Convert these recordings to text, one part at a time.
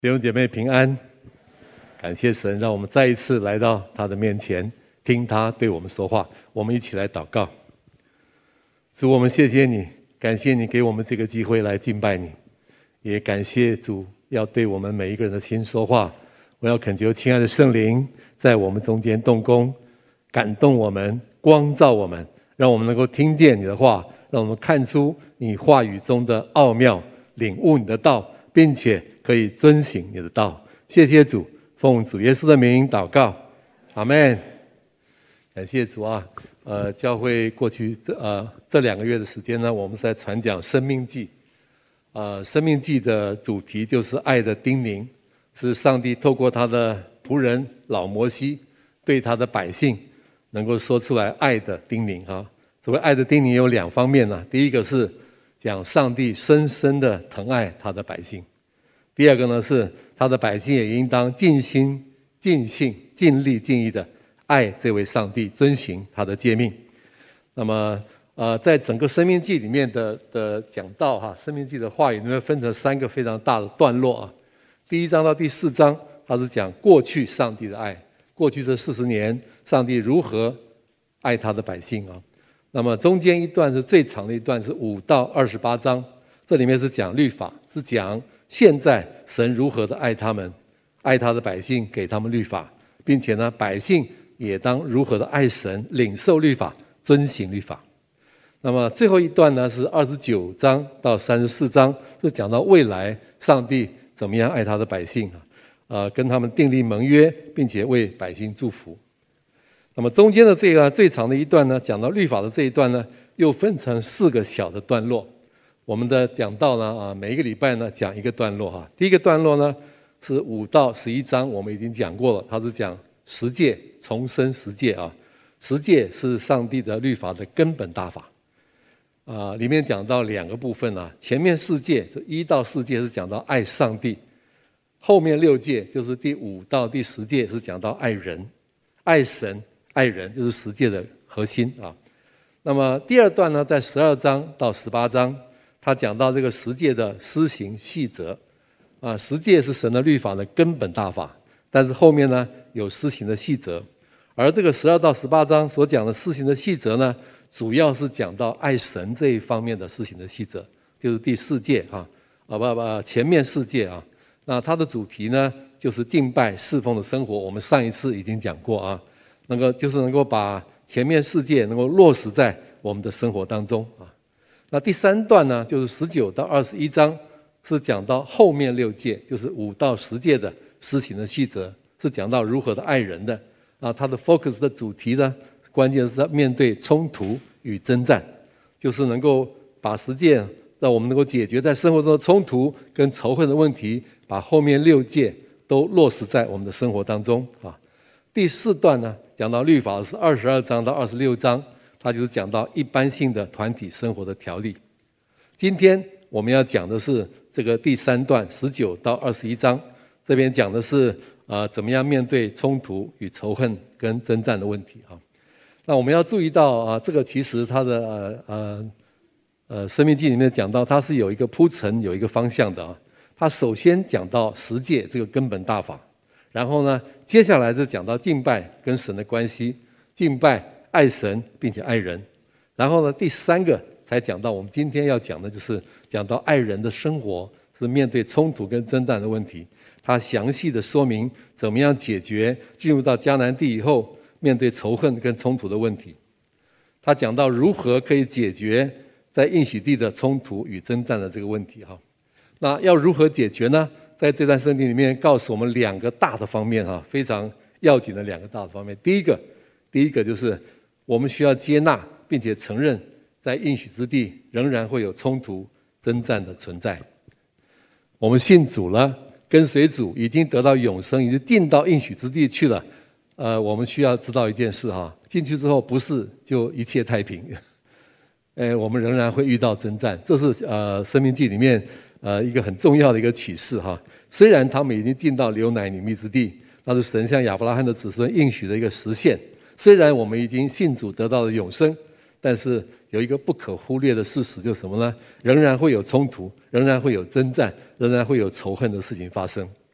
弟兄姐妹平安，感谢神，让我们再一次来到他的面前，听他对我们说话。我们一起来祷告。主，我们谢谢你，感谢你给我们这个机会来敬拜你，也感谢主要对我们每一个人的心说话。我要恳求亲爱的圣灵在我们中间动工，感动我们，光照我们，让我们能够听见你的话，让我们看出你话语中的奥妙，领悟你的道，并且可以遵行你的道。谢谢主，奉主耶稣的名祷告，阿们。感谢主啊！教会过去这2个月的时间呢，我们是在传讲生命记。生命记的主题就是爱的叮咛，是上帝透过他的仆人老摩西对他的百姓能够说出来爱的叮咛啊。所谓爱的叮咛有2方面呢，第一个是讲上帝深深的疼爱他的百姓，第二个呢是他的百姓也应当尽心尽性尽力尽意的爱这位上帝，遵行他的诫命。那么在整个生命记里面的讲道哈，生命记的话语里面分成3个非常大的段落啊。第1章到第4章，它是讲过去上帝的爱，过去这40年上帝如何爱他的百姓啊。那么中间一段是最长的一段，是5到28章，这里面是讲律法，是讲现在神如何的爱他们，爱他的百姓，给他们律法，并且呢，百姓也当如何的爱神，领受律法，遵行律法。那么最后一段呢，是29章到34章，是讲到未来上帝怎么样爱他的百姓跟他们订立盟约，并且为百姓祝福。那么中间的这个最长的一段呢，讲到律法的这一段呢，又分成4个小的段落。我们的讲道呢每一个礼拜呢讲一个段落哈。第一个段落呢是5到11章，我们已经讲过了，它是讲十诫，重申十诫啊。十诫是上帝的律法的根本大法里面讲到2个部分啊。前面4诫1到4诫是讲到爱上帝，后面6诫就是第5到第10诫是讲到爱人，爱神爱人，就是十诫的核心啊。那么第2段呢，在12章到18章，他讲到这个十诫的施行细则十诫是神的律法的根本大法，但是后面呢有施行的细则。而这个12到18章所讲的施行的细则呢，主要是讲到爱神这一方面的施行的细则，就是第4诫前面4诫啊。那它的主题呢，就是敬拜侍奉的生活，我们上一次已经讲过啊。就是能够把前面4诫能够落实在我们的生活当中啊。那第3段呢，就是19到21章，是讲到后面6诫，就是5到10诫的施行的细则，是讲到如何的爱人的它的 focus 的主题呢，关键是在面对冲突与征战，就是能够把10诫让我们能够解决在生活中的冲突跟仇恨的问题，把后面6诫都落实在我们的生活当中啊。第4段呢，讲到律法是22章到26章，它就是讲到一般性的团体生活的条例。今天我们要讲的是这个第3段19到21章，这边讲的是怎么样面对冲突与仇恨跟征战的问题啊。那我们要注意到这个其实它的生命记里面讲到，它是有一个铺陈，有一个方向的啊。它首先讲到十诫这个根本大法，然后呢，接下来就讲到敬拜跟神的关系，敬拜爱神并且爱人，然后呢，第3个才讲到我们今天要讲的，就是讲到爱人的生活是面对冲突跟征战的问题。他详细的说明怎么样解决进入到迦南地以后面对仇恨跟冲突的问题。他讲到如何可以解决在应许地的冲突与征战的这个问题哈。那要如何解决呢？在这段圣经里面告诉我们2个大的方面非常要紧的2个大的方面。第一个就是我们需要接纳并且承认，在应许之地仍然会有冲突征战的存在。我们信主了，跟随主，已经得到永生，已经进到应许之地去了。我们需要知道一件事进去之后不是就一切太平，我们仍然会遇到征战。这是生命记里面一个很重要的一个启示虽然他们已经进到流奶与蜜之地，那是神向亚伯拉罕的子孙应许的一个实现。虽然我们已经信主得到了永生，但是有一个不可忽略的事实，就是什么呢？仍然会有冲突，仍然会有征战，仍然会有仇恨的事情发生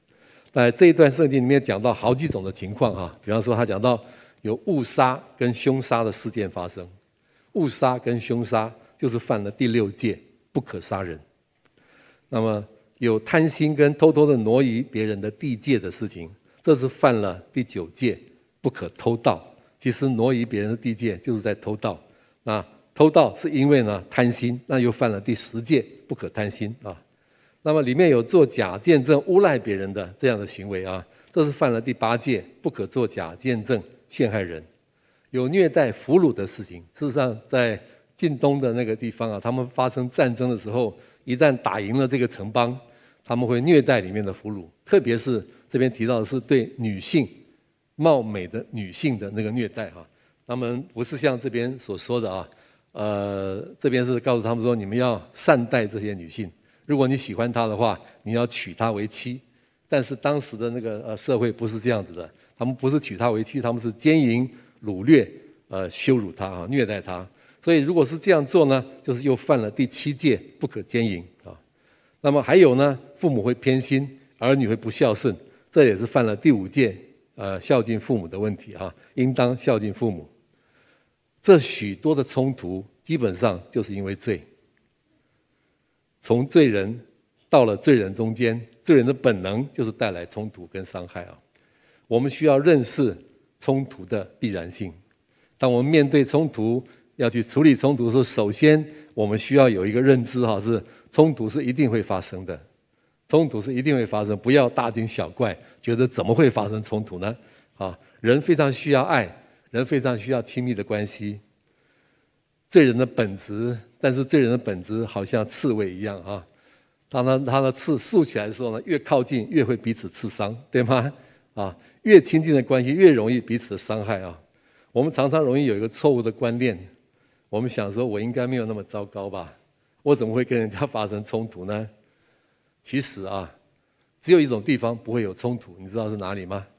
在这一段圣经里面讲到好几种的情况哈，比方说他讲到有误杀跟凶杀的事件发生，误杀跟凶杀就是犯了第6戒，不可杀人。那么有贪心跟偷偷的挪移别人的地界的事情，这是犯了第9戒，不可偷盗。其实挪移别人的地界就是在偷盗，那偷盗是因为呢贪心，那又犯了第10戒，不可贪心啊。那么里面有做假见证诬赖别人的这样的行为啊，这是犯了第8戒，不可做假见证陷害人。有虐待俘虏的事情，事实上在晋东的那个地方啊，他们发生战争的时候，一旦打赢了这个城邦，他们会虐待里面的俘虏，特别是这边提到的是对女性貌美的女性的那个虐待啊。他们不是像这边所说的啊，这边是告诉他们说，你们要善待这些女性，如果你喜欢她的话，你要娶她为妻。但是当时的那个社会不是这样子的，他们不是娶她为妻，他们是奸淫掳掠，羞辱她啊，虐待她。所以如果是这样做呢，就是又犯了第7戒，不可奸淫啊。那么还有呢，父母会偏心，儿女会不孝顺，这也是犯了第5戒，孝敬父母的问题啊，应当孝敬父母。这许多的冲突，基本上就是因为罪。从罪人到了罪人中间，罪人的本能就是带来冲突跟伤害啊。我们需要认识冲突的必然性。当我们面对冲突，要去处理冲突的时候，首先我们需要有一个认知哈，是冲突是一定会发生的，冲突是一定会发生，不要大惊小怪，觉得怎么会发生冲突呢？啊，人非常需要爱，人非常需要亲密的关系。罪人的本质，但是罪人的本质好像刺猬一样啊，当他的刺竖起来的时候呢，越靠近越会彼此刺伤，对吗？啊，越亲近的关系越容易彼此的伤害啊。我们常常容易有一个错误的观念，我们想说我应该没有那么糟糕吧，我怎么会跟人家发生冲突呢？其实啊，只有一种地方不会有冲突，你知道是哪里吗？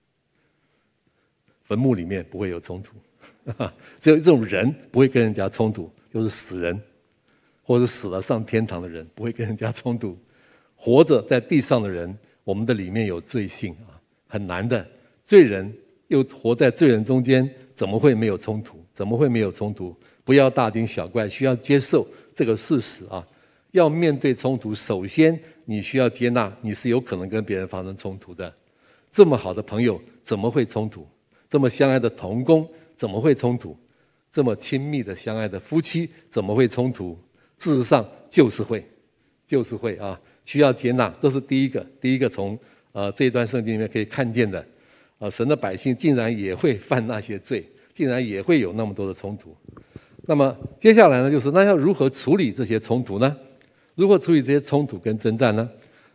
坟墓里面不会有冲突。只有这种人不会跟人家冲突，就是死人或者死了上天堂的人不会跟人家冲突。活着在地上的人，我们的里面有罪性啊，很难的。罪人又活在罪人中间，怎么会没有冲突？怎么会没有冲突？不要大惊小怪，需要接受这个事实啊。要面对冲突，首先你需要接纳你是有可能跟别人发生冲突的。这么好的朋友怎么会冲突？这么相爱的同工怎么会冲突？这么亲密的相爱的夫妻怎么会冲突？事实上就是会啊，需要接纳，这是第一个从这一段圣经里面可以看见的。神的百姓竟然也会犯那些罪，竟然也会有那么多的冲突。那么接下来呢，就是那要如何处理这些冲突呢？如何处理这些冲突跟征战呢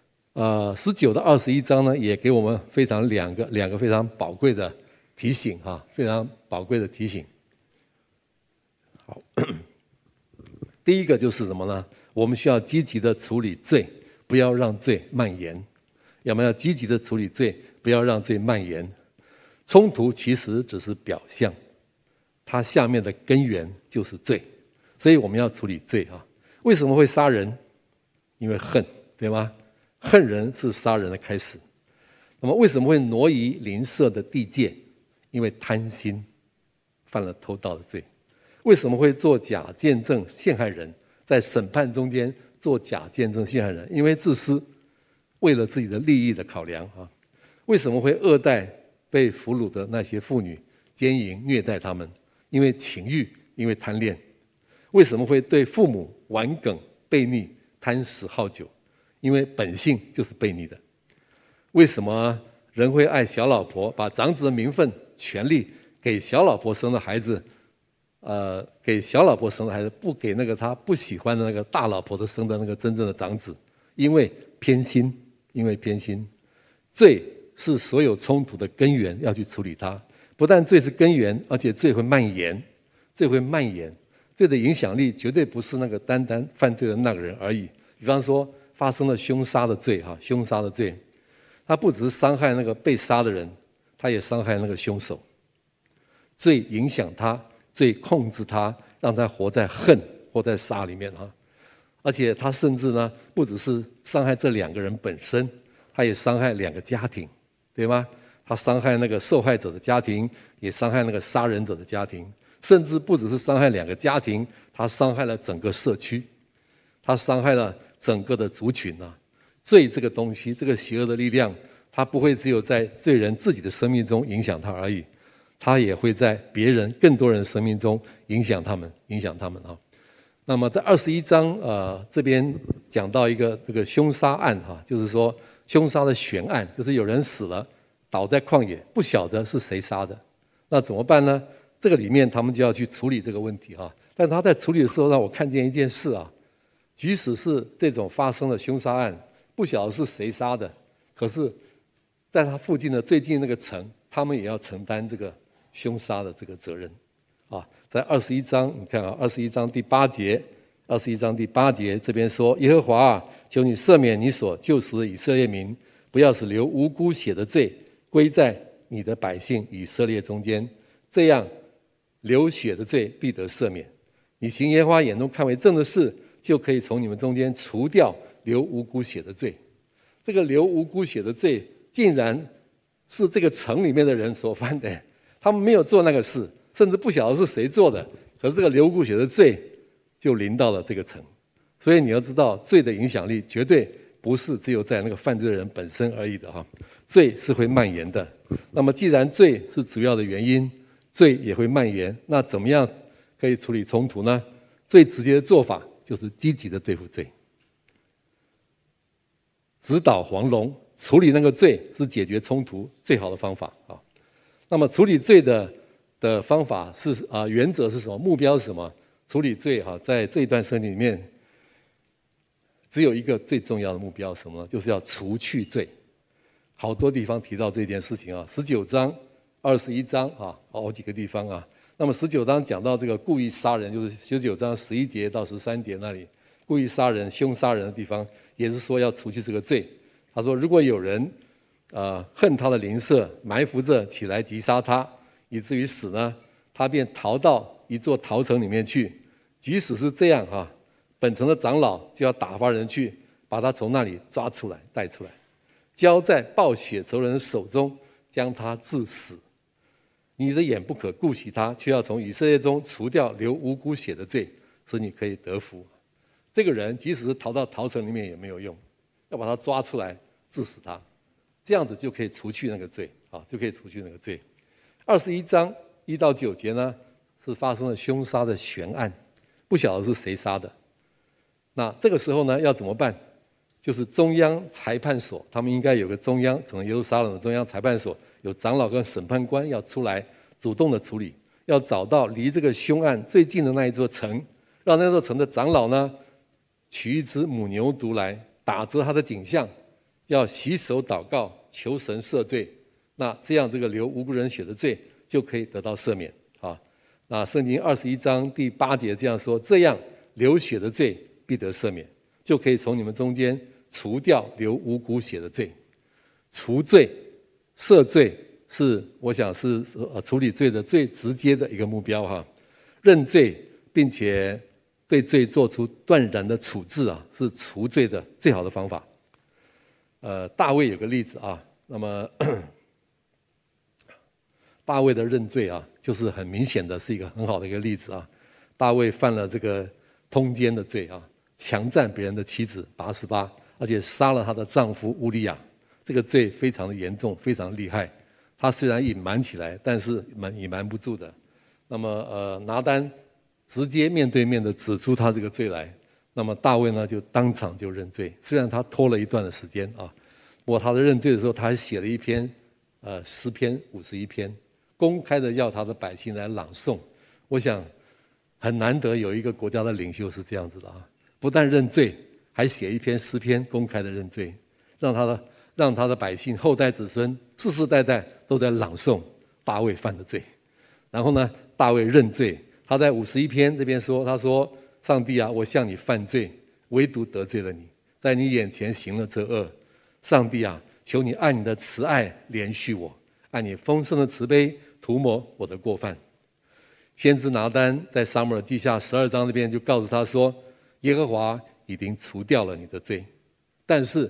？19到21章呢，也给我们两个非常宝贵的提醒啊，非常宝贵的提醒。好，第一个就是什么呢？我们需要积极的处理罪，不要让罪蔓延。要么要积极的处理罪，不要让罪蔓延。冲突其实只是表象，它下面的根源就是罪，所以我们要处理罪啊。为什么会杀人？因为恨，对吗？恨人是杀人的开始。那么为什么会挪移邻舍的地界？因为贪心，犯了偷盗的罪。为什么会做假见证陷害人？在审判中间做假见证陷害人，因为自私，为了自己的利益的考量啊。为什么会恶待被俘虏的那些妇女，奸淫虐待他们？因为情欲，因为贪恋。为什么会对父母顽梗悖逆，贪食好酒？因为本性就是悖逆的。为什么人会爱小老婆，把长子的名分、权利给小老婆生的孩子？给小老婆生的孩子，不给那个他不喜欢的那个大老婆的生的那个真正的长子，因为偏心，因为偏心。罪是所有冲突的根源，要去处理它。不但罪是根源，而且罪会蔓延，罪会蔓延。罪的影响力绝对不是那个单单犯罪的那个人而已。比方说发生了凶杀的罪哈，凶杀的罪，他不只是伤害那个被杀的人，他也伤害那个凶手。罪影响他，罪控制他，让他活在恨、活在杀里面哈。而且他甚至呢，不只是伤害这两个人本身， 他也伤害2个家庭，对吗？他伤害那个受害者的家庭，也伤害那个杀人者的家庭，甚至不只是伤害2个家庭，他伤害了整个社区，他伤害了整个的族群啊！罪这个东西，这个邪恶的力量，它不会只有在罪人自己的生命中影响他而已，他也会在别人更多人生命中影响他们啊。那么在21章这边讲到一个这个凶杀案哈，就是说凶杀的悬案，就是有人死了，倒在旷野，不晓得是谁杀的，那怎么办呢？这个里面他们就要去处理这个问题哈。但他在处理的时候让我看见一件事啊，即使是这种发生了凶杀案，不晓得是谁杀的，可是在他附近的最近那个城，他们也要承担这个凶杀的这个责任啊。在21章，你看啊，21章第8节这边说：耶和华啊，求你赦免你所救赎的以色列民，不要使流无辜血的罪归在你的百姓以色列中间，这样流血的罪必得赦免。你行耶和华眼中看为正的事，就可以从你们中间除掉流无辜血的罪。这个流无辜血的罪，竟然是这个城里面的人所犯的，他们没有做那个事，甚至不晓得是谁做的，可是这个流无辜血的罪就临到了这个城。所以你要知道，罪的影响力绝对不是只有在那个犯罪的人本身而已的哈，罪是会蔓延的。那么既然罪是主要的原因，罪也会蔓延，那怎么样可以处理冲突呢？最直接的做法就是积极的对付罪，直捣黄龙，处理那个罪是解决冲突最好的方法啊。那么处理罪的方法是原则是什么？目标是什么？处理罪在这一段圣经里面，只有一个最重要的目标是什么呢？就是要除去罪。好多地方提到这件事情啊，19章、21章好几个地方啊。那么19章讲到这个故意杀人，就是19章11节到13节那里，故意杀人、凶杀人的地方，也是说要除去这个罪。他说，如果有人恨他的邻舍，埋伏着起来击杀他，以至于死呢，他便逃到一座逃城里面去。即使是这样本城的长老就要打发人去把他从那里抓出来带出来，交在报血仇人手中，将他致死。你的眼不可顾惜他，却要从以色列中除掉流无辜血的罪，使你可以得福。这个人即使是逃到逃城里面也没有用，要把他抓出来致死他，这样子就可以除去那个罪就可以除去那个罪。21章1到9节呢，是发生了凶杀的悬案，不晓得是谁杀的。那这个时候呢，要怎么办？就是中央裁判所，他们应该有个中央，可能耶路撒冷的中央裁判所，有长老跟审判官要出来主动的处理，要找到离这个凶案最近的那一座城，让那座城的长老呢取一只母牛犊来，打折他的颈项，要洗手祷告，求神赦罪。那这样这个流无辜人血的罪就可以得到赦免那圣经21章第8节这样说：这样流血的罪必得赦免，就可以从你们中间除掉流无辜血的罪。除罪赦罪是我想是处理罪的最直接的一个目标认罪并且对罪做出断然的处置是除罪的最好的方法。大卫有个例子那么大卫的认罪就是很明显的是一个很好的一个例子大卫犯了这个通奸的罪强占别人的妻子拔示巴，而且杀了他的丈夫乌利亚，这个罪非常的严重，非常厉害。他虽然隐瞒起来，但是隐瞒不住的。那么拿单直接面对面的指出他这个罪来，那么大卫呢就当场就认罪。虽然他拖了一段的时间不过他在认罪的时候，他还写了一篇诗篇51篇。公开的要他的百姓来朗诵，我想很难得有一个国家的领袖是这样子的不但认罪，还写一篇诗篇公开的认罪，让他的百姓后代子孙世世代代都在朗诵大卫犯的罪。然后呢，大卫认罪，他在51篇这边说，他说：上帝我向你犯罪，唯独得罪了你，在你眼前行了这恶。上帝求你按你的慈爱怜恤我，按你丰盛的慈悲涂抹我的过犯。先知拿单在撒母耳记下12章那边就告诉他说，耶和华已经除掉了你的罪，但是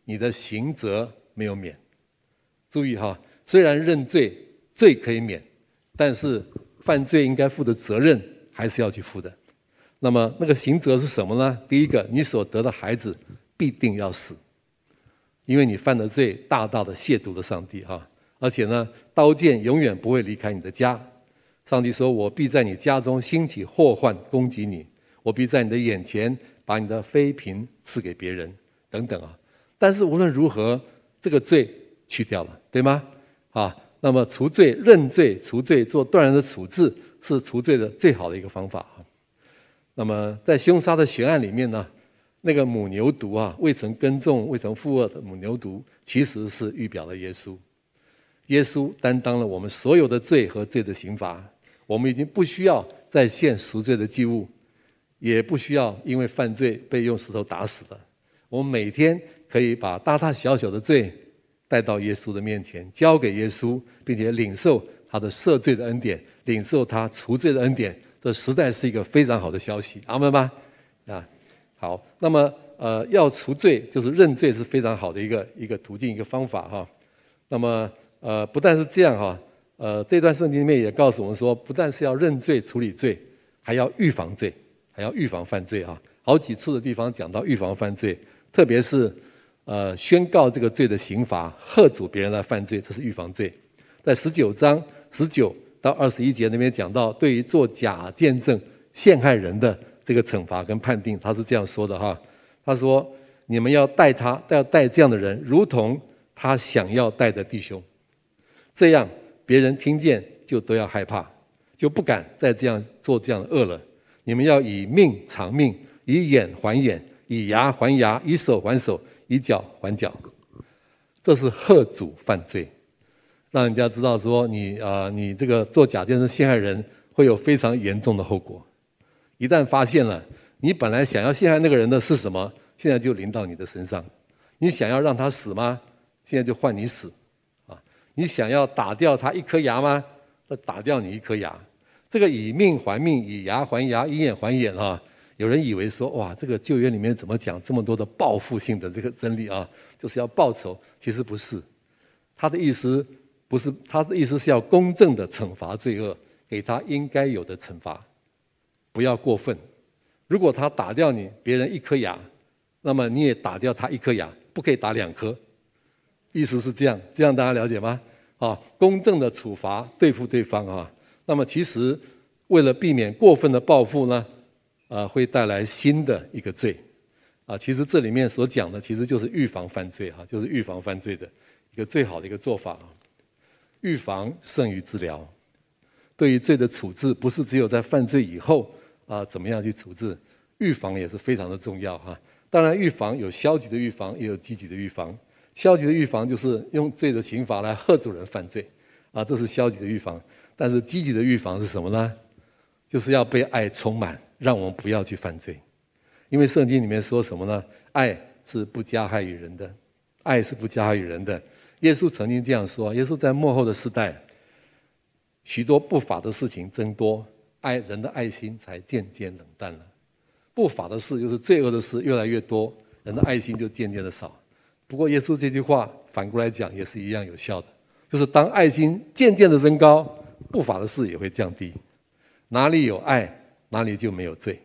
你的刑责没有免。注意哈，虽然认罪，罪可以免，但是犯罪应该负的责任还是要去负的。那么那个刑责是什么呢？第一个，你所得的孩子必定要死，因为你犯的罪大大的亵渎了上帝哈。而且呢，刀剑永远不会离开你的家。上帝说：“我必在你家中兴起祸患攻击你，我必在你的眼前把你的妃嫔赐给别人。”等等啊。但是无论如何，这个罪去掉了，对吗？那么除罪、认罪、除罪、做断然的处置，是除罪的最好的一个方法。那么在凶杀的悬案里面呢，那个母牛犊未曾耕种、未曾负恶的母牛犊，其实是预表了耶稣。耶稣担当了我们所有的罪和罪的刑罚，我们已经不需要再献赎罪的祭物，也不需要因为犯罪被用石头打死了。我们每天可以把大大小小的罪带到耶稣的面前，交给耶稣，并且领受他的赦罪的恩典，领受他除罪的恩典。这实在是一个非常好的消息，阿们吗？好，那么要除罪，就是认罪是非常好的一个途径、一个方法哈。那么不但是这样哈，这段圣经里面也告诉我们说，不但是要认罪处理罪，还要预防罪，还要预防犯罪哈。好几处的地方讲到预防犯罪，特别是宣告这个罪的刑罚，吓阻别人来犯罪，这是预防罪。在19章19到21节那边讲到，对于做假见证陷害人的这个惩罚跟判定，他是这样说的哈。他说：“你们要待这样的人，如同他想要待的弟兄，这样别人听见就都要害怕，就不敢再这样做这样的恶了。你们要以命偿命，以眼还眼，以牙还牙，以手还手，以脚还脚。”这是吓阻犯罪，让人家知道说你这个做假见证陷害人会有非常严重的后果。一旦发现了你本来想要陷害那个人的是什么，现在就临到你的身上。你想要让他死吗？现在就换你死你想要打掉他一颗牙吗？那打掉你一颗牙。这个以命还命，以牙还牙，以眼还眼有人以为说，哇，这个旧约里面怎么讲这么多的报复性的这个真理就是要报仇。其实不是，他的意思不是，他的意思是要公正的惩罚罪恶，给他应该有的惩罚，不要过分。如果他打掉别人一颗牙，那么你也打掉他一颗牙，不可以打2颗。意思是这样，这样大家了解吗？公正的处罚对付对方那么其实为了避免过分的报复呢，会带来新的一个罪其实这里面所讲的其实就是预防犯罪就是预防犯罪的一个最好的一个做法预防胜于治疗。对于罪的处置，不是只有在犯罪以后怎么样去处置，预防也是非常的重要当然，预防有消极的预防，也有积极的预防。消极的预防就是用罪的刑罚来吓阻人犯罪这是消极的预防。但是积极的预防是什么呢？就是要被爱充满，让我们不要去犯罪。因为圣经里面说什么呢？爱是不加害于人的，爱是不加害于人的。耶稣曾经这样说，耶稣在末后的世代，许多不法的事情增多，人的爱心才渐渐冷淡了。不法的事就是罪恶的事越来越多，人的爱心就渐渐的少。不过耶稣这句话反过来讲也是一样有效的，就是当爱心渐渐的增高，不法的事也会降低。哪里有爱，哪里就没有罪；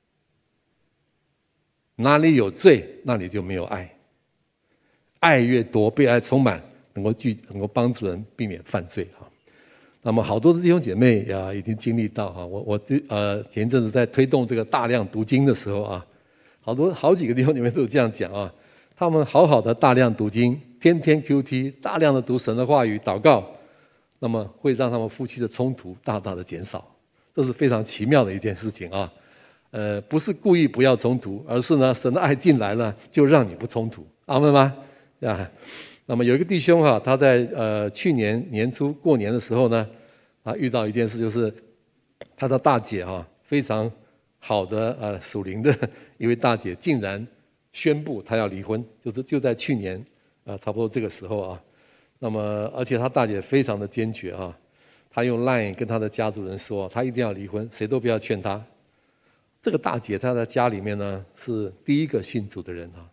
哪里有罪，那里就没有爱。爱越多，被爱充满，能够帮助人避免犯罪那么好多的弟兄姐妹已经经历到我前一阵子在推动这个大量读经的时候好几个弟兄姐妹都有这样讲他们好好的大量读经，天天 QT， 大量的读神的话语祷告，那么会让他们夫妻的冲突大大的减少。这是非常奇妙的一件事情不是故意不要冲突，而是呢神的爱进来了，就让你不冲突。阿们吗？那么有一个弟兄他在去年年初过年的时候呢遇到一件事，就是他的大姐非常好的属灵的一位大姐，竟然宣布她要离婚，就在去年差不多这个时候那么而且她大姐非常的坚决她用 LINE 跟她的家族人说，她一定要离婚，谁都不要劝她。这个大姐她在家里面呢是第一个信主的人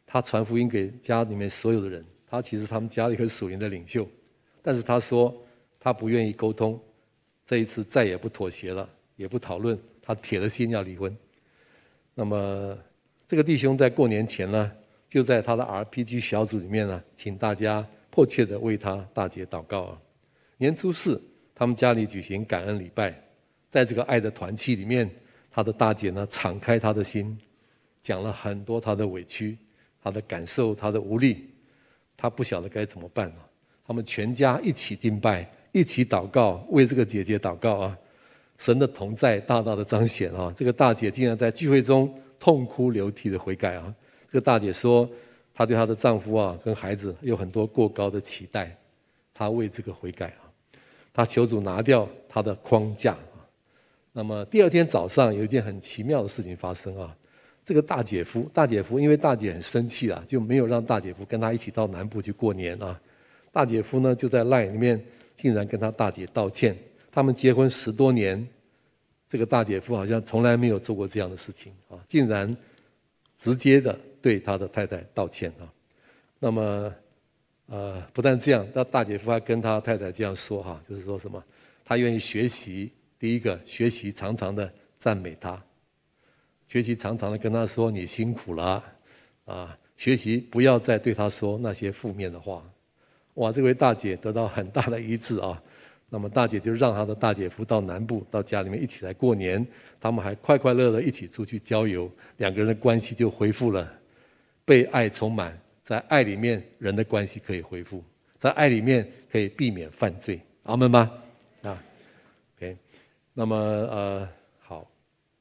他传福音给家里面所有的人，他其实他们家里一个属灵的领袖，但是他说他不愿意沟通，这一次再也不妥协了，也不讨论，他铁了心要离婚。那么这个弟兄在过年前呢，就在他的 RPG 小组里面呢，请大家迫切的为他大姐祷告啊。年初4，他们家里举行感恩礼拜，在这个爱的团契里面，他的大姐呢敞开他的心，讲了很多他的委屈、他的感受、他的无力，他不晓得该怎么办啊。他们全家一起敬拜，一起祷告，为这个姐姐祷告啊。神的同在大大的彰显啊！这个大姐竟然在聚会中痛哭流涕的悔改啊！这个大姐说，她对她的丈夫啊跟孩子有很多过高的期待，她为这个悔改啊，她求主拿掉她的框架啊。那么第二天早上有一件很奇妙的事情发生啊！这个大姐夫因为大姐很生气啊，就没有让大姐夫跟她一起到南部去过年啊。大姐夫呢就在 LINE 里面竟然跟他大姐道歉。他们结婚10多年，这个大姐夫好像从来没有做过这样的事情啊，竟然直接的对他的太太道歉啊。那么不但这样，那大姐夫还跟他太太这样说哈，就是说什么，他愿意学习，第一个学习常常的赞美他，学习常常的跟他说你辛苦了啊，学习不要再对他说那些负面的话。哇，这位大姐得到很大的医治啊。那么大姐就让她的大姐夫到南部，到家里面一起来过年，他们还快快乐乐一起出去郊游，两个人的关系就恢复了，被爱充满，在爱里面人的关系可以恢复，在爱里面可以避免犯罪，阿们吗？啊 ，OK， 那么好，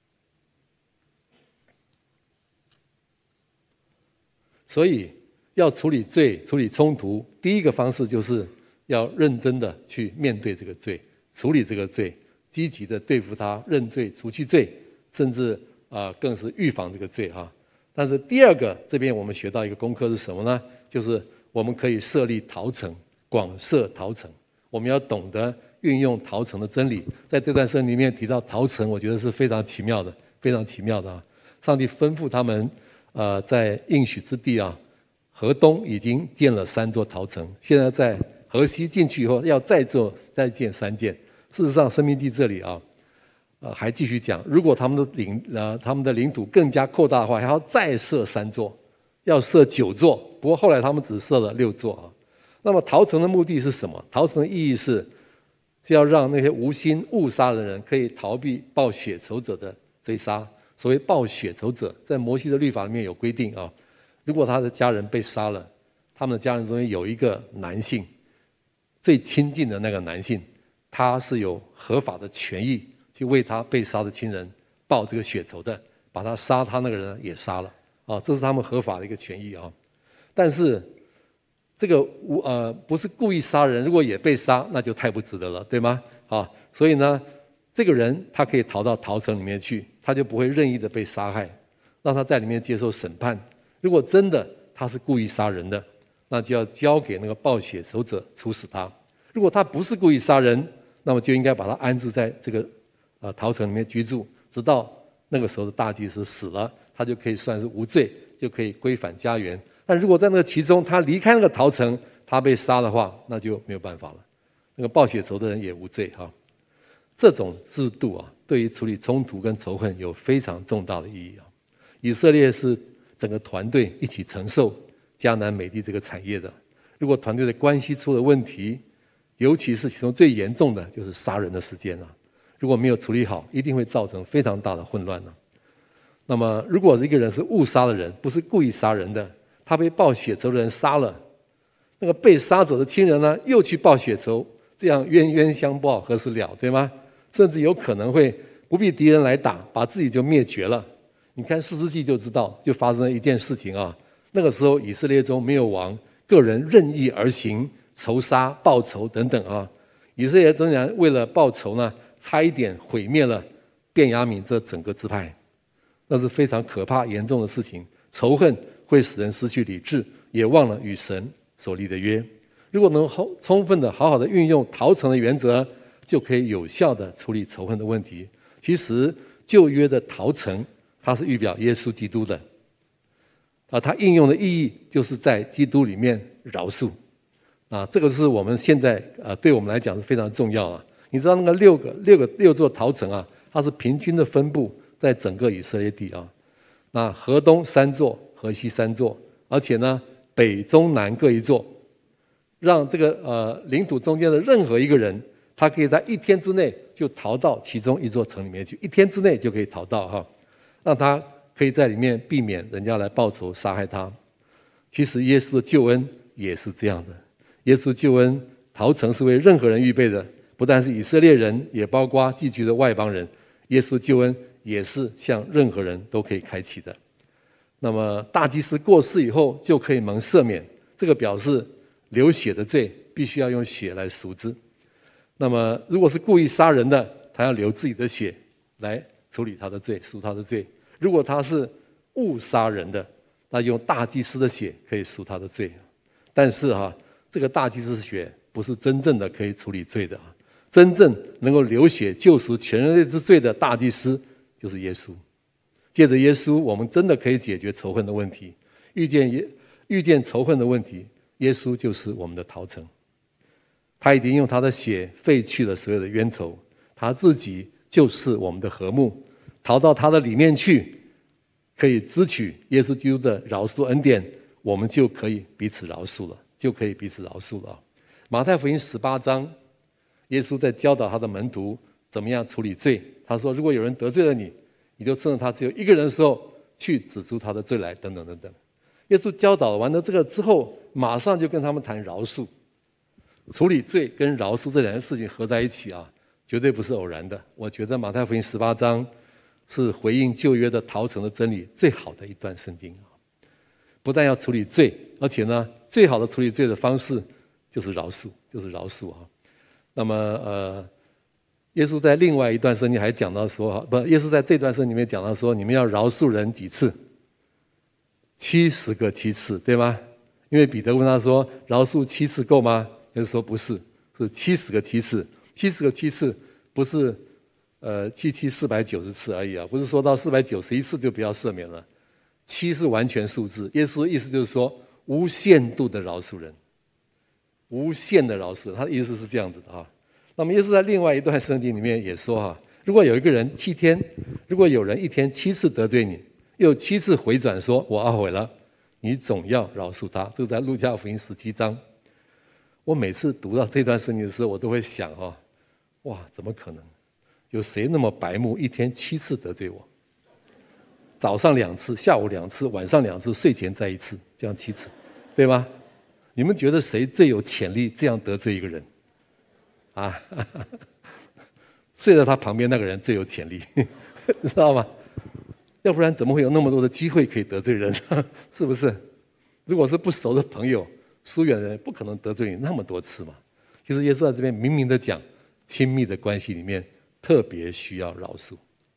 所以要处理罪、处理冲突，第一个方式就是要认真的去面对这个罪，处理这个罪，积极的对付它，认罪、除去罪，甚至更是预防这个罪哈。但是第二个，这边我们学到一个功课是什么呢？就是我们可以设立逃城，广设逃城。我们要懂得运用逃城的真理。在这段圣经里面提到逃城，我觉得是非常奇妙的，非常奇妙的啊！上帝吩咐他们，在应许之地啊，河东已经建了3座逃城，现在在河西进去以后要再建3件。事实上，《申命记》这里啊，还继续讲，如果他们的领土更加扩大的话，还要再设3座，要设9座。不过后来他们只设了6座啊。那么逃城的目的是什么？逃城的意义是要让那些无心误杀的人可以逃避报血仇者的追杀。所谓报血仇者，在摩西的律法里面有规定啊，如果他的家人被杀了，他们的家人中间有一个男性，最亲近的那个男性，他是有合法的权益去为他被杀的亲人报这个血仇的，把他杀他那个人也杀了啊，这是他们合法的一个权益啊。但是这个不是故意杀人，如果也被杀，那就太不值得了，对吗？啊，所以呢，这个人他可以逃到逃城里面去，他就不会任意的被杀害，让他在里面接受审判。如果真的他是故意杀人的，那就要交给那个报血仇者处死他。如果他不是故意杀人，那么就应该把他安置在这个逃城里面居住，直到那个时候的大祭司死了，他就可以算是无罪，就可以归返家园。但如果在那个其中他离开那个逃城，他被杀的话，那就没有办法了。那个报血仇的人也无罪哈。这种制度啊，对于处理冲突跟仇恨有非常重大的意义啊。以色列是整个团队一起承受迦南美地这个产业的。如果团队的关系出了问题，尤其是其中最严重的就是杀人的事件啊，如果没有处理好，一定会造成非常大的混乱啊。那么，如果一个人是误杀的人，不是故意杀人的，他被报血仇的人杀了，那个被杀者的亲人呢，又去报血仇，这样冤冤相报何时了，对吗？甚至有可能会不必敌人来打，把自己就灭绝了。你看士师记就知道，就发生了一件事情啊。那个时候以色列中没有王，个人任意而行，仇杀、报仇等等啊。以色列仍然为了报仇呢，差一点毁灭了便雅悯这整个支派，那是非常可怕严重的事情。仇恨会使人失去理智，也忘了与神所立的约。如果能充分的好好的运用逃城的原则，就可以有效的处理仇恨的问题。其实旧约的逃城，它是预表耶稣基督的。 它应用的意义就是在基督里面饶恕这个是我们现在对我们来讲是非常重要啊。你知道那个六座陶城它是平均的分布在整个以色列地那河东3座，河西3座，而且呢北中南各1座，让这个领土中间的任何一个人，他可以在1天之内就逃到其中1座城里面去，1天之内就可以逃到让他可以在里面避免人家来报仇杀害他。其实耶稣的救恩也是这样的，耶稣救恩逃城是为任何人预备的，不但是以色列人，也包括寄居的外邦人。耶稣救恩也是向任何人都可以开启的。那么大祭司过世以后就可以蒙赦免，这个表示流血的罪必须要用血来赎之。那么如果是故意杀人的，他要流自己的血来处理他的罪，赎他的罪。如果他是误杀人的，那用大祭司的血可以赎他的罪。但是这个大祭司的血不是真正的可以处理罪的真正能够流血救赎全人类之罪的大祭司就是耶稣。借着耶稣，我们真的可以解决仇恨的问题。遇见仇恨的问题，耶稣就是我们的逃城。他已经用他的血废去了所有的冤仇，他自己就是我们的和睦。逃到他的里面去，可以支取耶稣基督的饶恕恩典，我们就可以彼此饶恕了，马太福音18章，耶稣在教导他的门徒怎么样处理罪。他说，如果有人得罪了你，你就趁着他只有一个人的时候去指出他的罪来，等等等等。耶稣教导完了这个之后，马上就跟他们谈饶恕。处理罪跟饶恕这2件事情合在一起绝对不是偶然的。我觉得马太福音18章是回应旧约的逃城的真理最好的一段圣经不但要处理罪，而且呢，最好的处理罪的方式就是饶恕，那么耶稣在另外一段圣经还讲到说，耶稣在这段圣经里面讲到说，你们要饶恕人几次？70个7次，对吗？因为彼得问他说，饶恕7次够吗？耶稣说不是，是70个7次。70个7次不是490次而已不是说到491次就不要赦免了。7是完全数字，耶稣的意思就是说无限度的饶恕人，无限的饶恕人，他的意思是这样子的那么耶稣在另外一段圣经里面也说如果有一个人7天，如果有人1天7次得罪你，又7次回转说我懊悔了，你总要饶恕他。这是在路加福音17章。我每次读到这段圣经的时候，我都会想哇，怎么可能有谁那么白目，1天7次得罪我？早上2次，下午2次，晚上2次，睡前再1次，这样7次，对吗？你们觉得谁最有潜力这样得罪一个人睡在他旁边那个人最有潜力知道吗？要不然怎么会有那么多的机会可以得罪人是不是？如果是不熟的朋友，疏远的人，不可能得罪你那么多次嘛。其实耶稣在这边明明的讲，亲密的关系里面特别需要饶恕，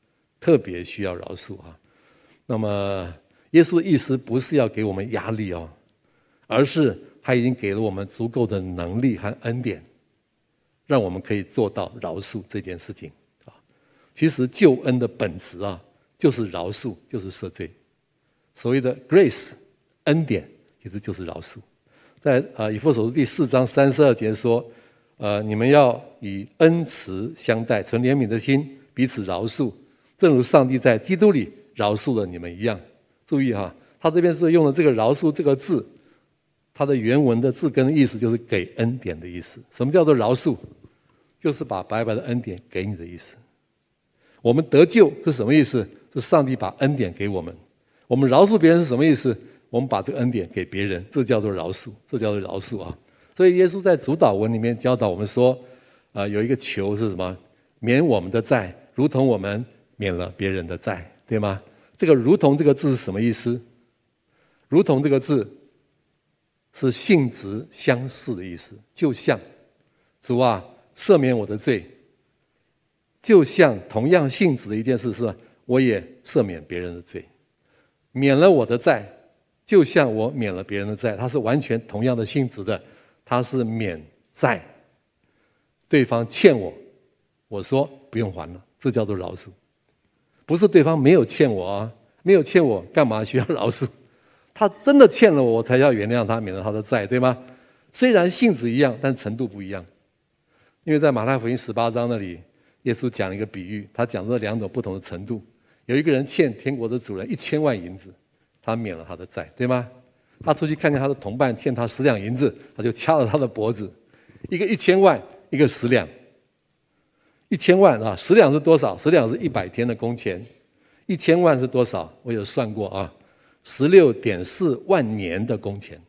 那么耶稣的意思不是要给我们压力而是他已经给了我们足够的能力和恩典，让我们可以做到饶恕这件事情其实救恩的本质就是饶恕，就是赦罪。所谓的 grace 恩典其实就是饶恕。在以弗所书第4章32节说你们要以恩慈相待，存怜悯的心，彼此饶恕，正如上帝在基督里饶恕了你们一样。注意他这边是用了这个饶恕这个字，它的原文的字根的意思就是给恩典的意思。什么叫做饶恕？就是把白白的恩典给你的意思。我们得救是什么意思？是上帝把恩典给我们。我们饶恕别人是什么意思？我们把这个恩典给别人，这叫做饶恕，所以耶稣在主祷文里面教导我们说有一个求是什么？免我们的债，如同我们免了别人的债，对吗？这个如同这个字是什么意思？如同这个字是性质相似的意思，就像主赦免我的罪，就像同样性质的一件事是我也赦免别人的罪。免了我的债，就像我免了别人的债，它是完全同样的性质的，它是免债。对方欠我，我说不用还了，这叫做饶恕。不是对方没有欠我没有欠我干嘛需要饶恕？ 他真的欠了我，我才要原谅他，免了他的债，对吗？虽然性质一样，但程度不一样。因为在马太福音18章那里，耶稣讲了一个比喻，他讲这两种不同的程度。有一个人欠天国的主人1000万银子，他免了他的债，对吗？他出去看见他的同伴欠他10两银子，他就掐了他的脖子。一个1000万，一个10两。1000万啊，10两是多少？10两是100天的工钱。1000万是多少？我有算过啊，16.4万年的工钱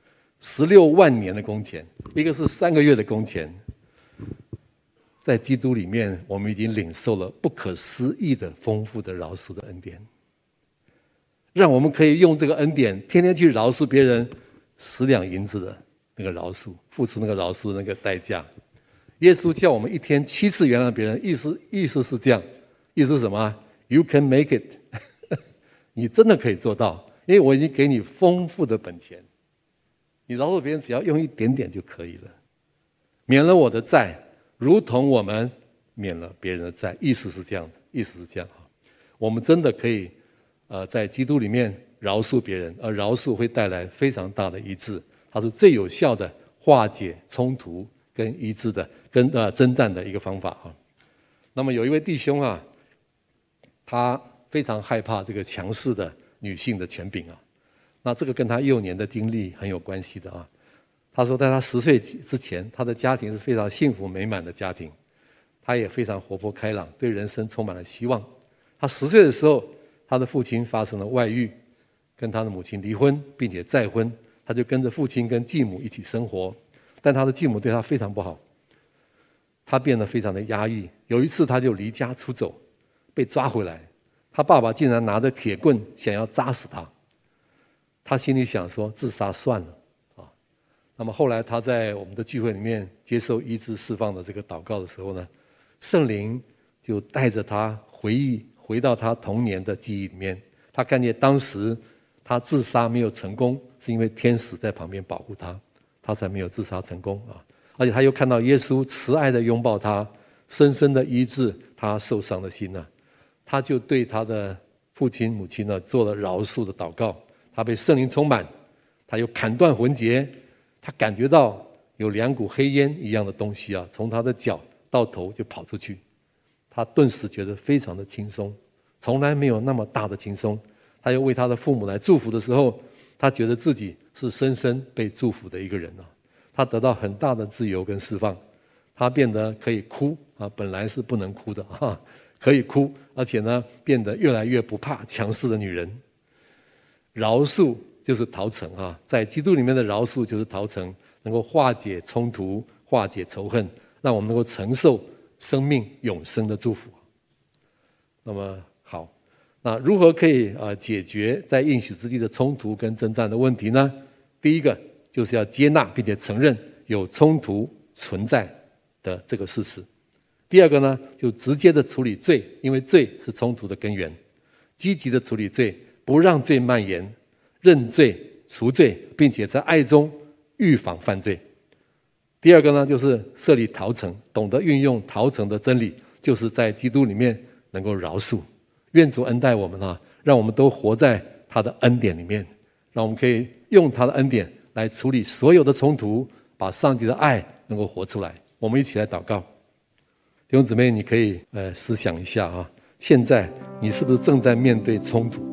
，16万年的工钱，一个是3个月的工钱。在基督里面，我们已经领受了不可思议的丰富的饶恕的恩典，让我们可以用这个恩典，天天去饶恕别人10两银子的那个饶恕，付出那个饶恕的那个代价。耶稣叫我们一天7次原谅别人，意思是这样，意思是什么 ？You can make it 你真的可以做到，因为我已经给你丰富的本钱，你饶恕别人只要用一点点就可以了，免了我的债。如同我们免了别人的债，意思是这样子，意思是这样。我们真的可以，在基督里面饶恕别人，而饶恕会带来非常大的医治，它是最有效的化解冲突跟医治的、征战的一个方法啊。那么有一位弟兄啊，他非常害怕这个强势的女性的权柄啊，那这个跟他幼年的经历很有关系的啊。他说，在他10岁之前，他的家庭是非常幸福美满的家庭，他也非常活泼开朗，对人生充满了希望。他10岁的时候，他的父亲发生了外遇，跟他的母亲离婚，并且再婚，他就跟着父亲跟继母一起生活，但他的继母对他非常不好，他变得非常的压抑。有一次，他就离家出走，被抓回来，他爸爸竟然拿着铁棍想要扎死他，他心里想说自杀算了。那么后来他在我们的聚会里面接受医治释放的这个祷告的时候呢，圣灵就带着他回到他童年的记忆里面。他看见当时他自杀没有成功，是因为天使在旁边保护他，他才没有自杀成功啊。而且他又看到耶稣慈爱的拥抱他，深深的医治他受伤的心呢。他就对他的父亲母亲呢做了饶恕的祷告。他被圣灵充满，他又砍断魂结。他感觉到有2股黑烟一样的东西啊，从他的脚到头就跑出去，他顿时觉得非常的轻松，从来没有那么大的轻松。他又为他的父母来祝福的时候，他觉得自己是深深被祝福的一个人啊。他得到很大的自由跟释放，他变得可以哭啊，本来是不能哭的哈，可以哭，而且呢，变得越来越不怕强势的女人。饶恕就是逃城啊，在基督里面的饶恕就是逃城，能够化解冲突，化解仇恨，让我们能够承受生命永生的祝福。那么好，那如何可以解决在应许之地的冲突跟征战的问题呢？第一个就是要接纳并且承认有冲突存在的这个事实。第二个呢，就直接的处理罪，因为罪是冲突的根源，积极的处理罪，不让罪蔓延，认罪除罪，并且在爱中预防犯罪。第二个呢，就是设立逃城，懂得运用逃城的真理，就是在基督里面能够饶恕。愿主恩待我们啊，让我们都活在他的恩典里面，让我们可以用他的恩典来处理所有的冲突，把上帝的爱能够活出来。我们一起来祷告。弟兄姊妹，你可以思想一下啊，现在你是不是正在面对冲突，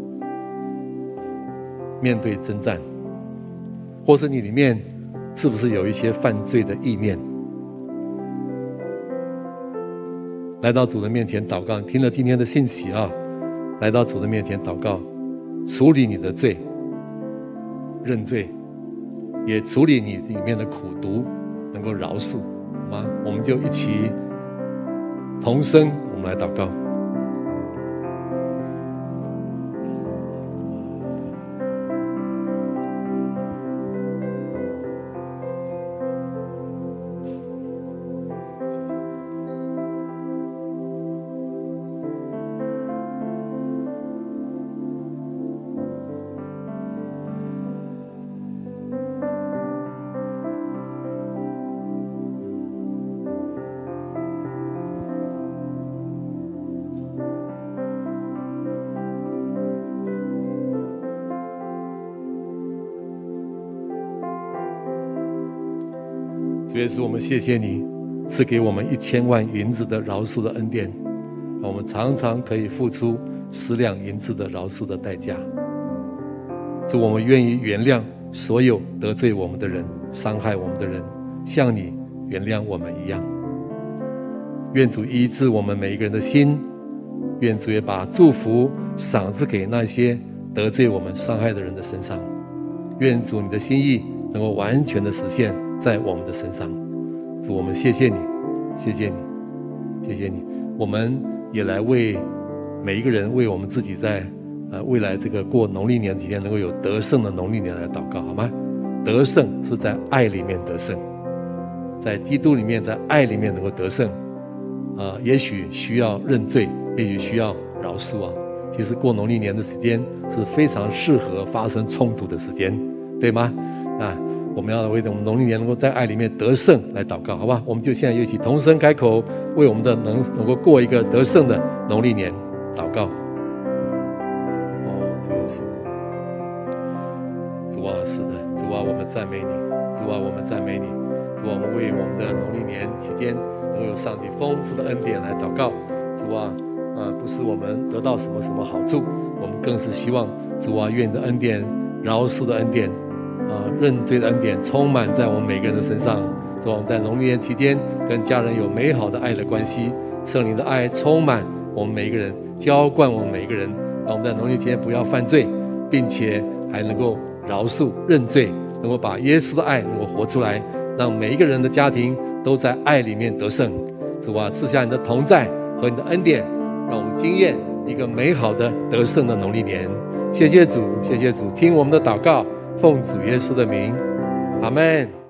面对征战，或是你里面是不是有一些犯罪的意念？来到主的面前祷告，听了今天的信息啊，来到主的面前祷告，处理你的罪，认罪，也处理你里面的苦毒，能够饶恕，好吗？我们就一起同声，我们来祷告。 主耶稣，我们谢谢你赐给我们1000万银子的饶恕的恩典，我们常常可以付出10两银子的饶恕的代价。主，我们愿意原谅所有得罪我们的人、伤害我们的人，像你原谅我们一样。愿主医治我们每一个人的心，愿主也把祝福赏赐给那些得罪我们、伤害的人的身上。愿主你的心意能够完全的实现在我们的身上。主，我们谢谢你，谢谢你，谢谢你。我们也来为每一个人，为我们自己在未来这个过农历年期间能够有得胜的农历年来祷告，好吗？得胜是在爱里面得胜，在基督里面，在爱里面能够得胜。也许需要认罪，也许需要饶恕啊。其实过农历年的时间是非常适合发生冲突的时间，对吗？我们要为我们农历年能够在爱里面得胜来祷告，好吧？我们就现在一起同声开口，为我们的能够过一个得胜的农历年祷告。主耶稣，主啊，是的，主啊，我们赞美你，主啊，我们赞美你，主啊，我们为我们的农历年期间能够有上帝丰富的恩典来祷告。主啊，不是我们得到什么好处，我们更是希望主啊，愿你的恩典、饶恕的恩典、认罪的恩典充满在我们每个人的身上。主啊，我们在农历年期间跟家人有美好的爱的关系，圣灵的爱充满我们每一个人，浇灌我们每一个人，让我们在农历期间不要犯罪，并且还能够饶恕、认罪，能够把耶稣的爱能够活出来，让每一个人的家庭都在爱里面得胜。主啊，赐下你的同在和你的恩典，让我们经验一个美好的得胜的农历年。谢谢主，谢谢主，听我们的祷告，奉主耶稣的名，阿们。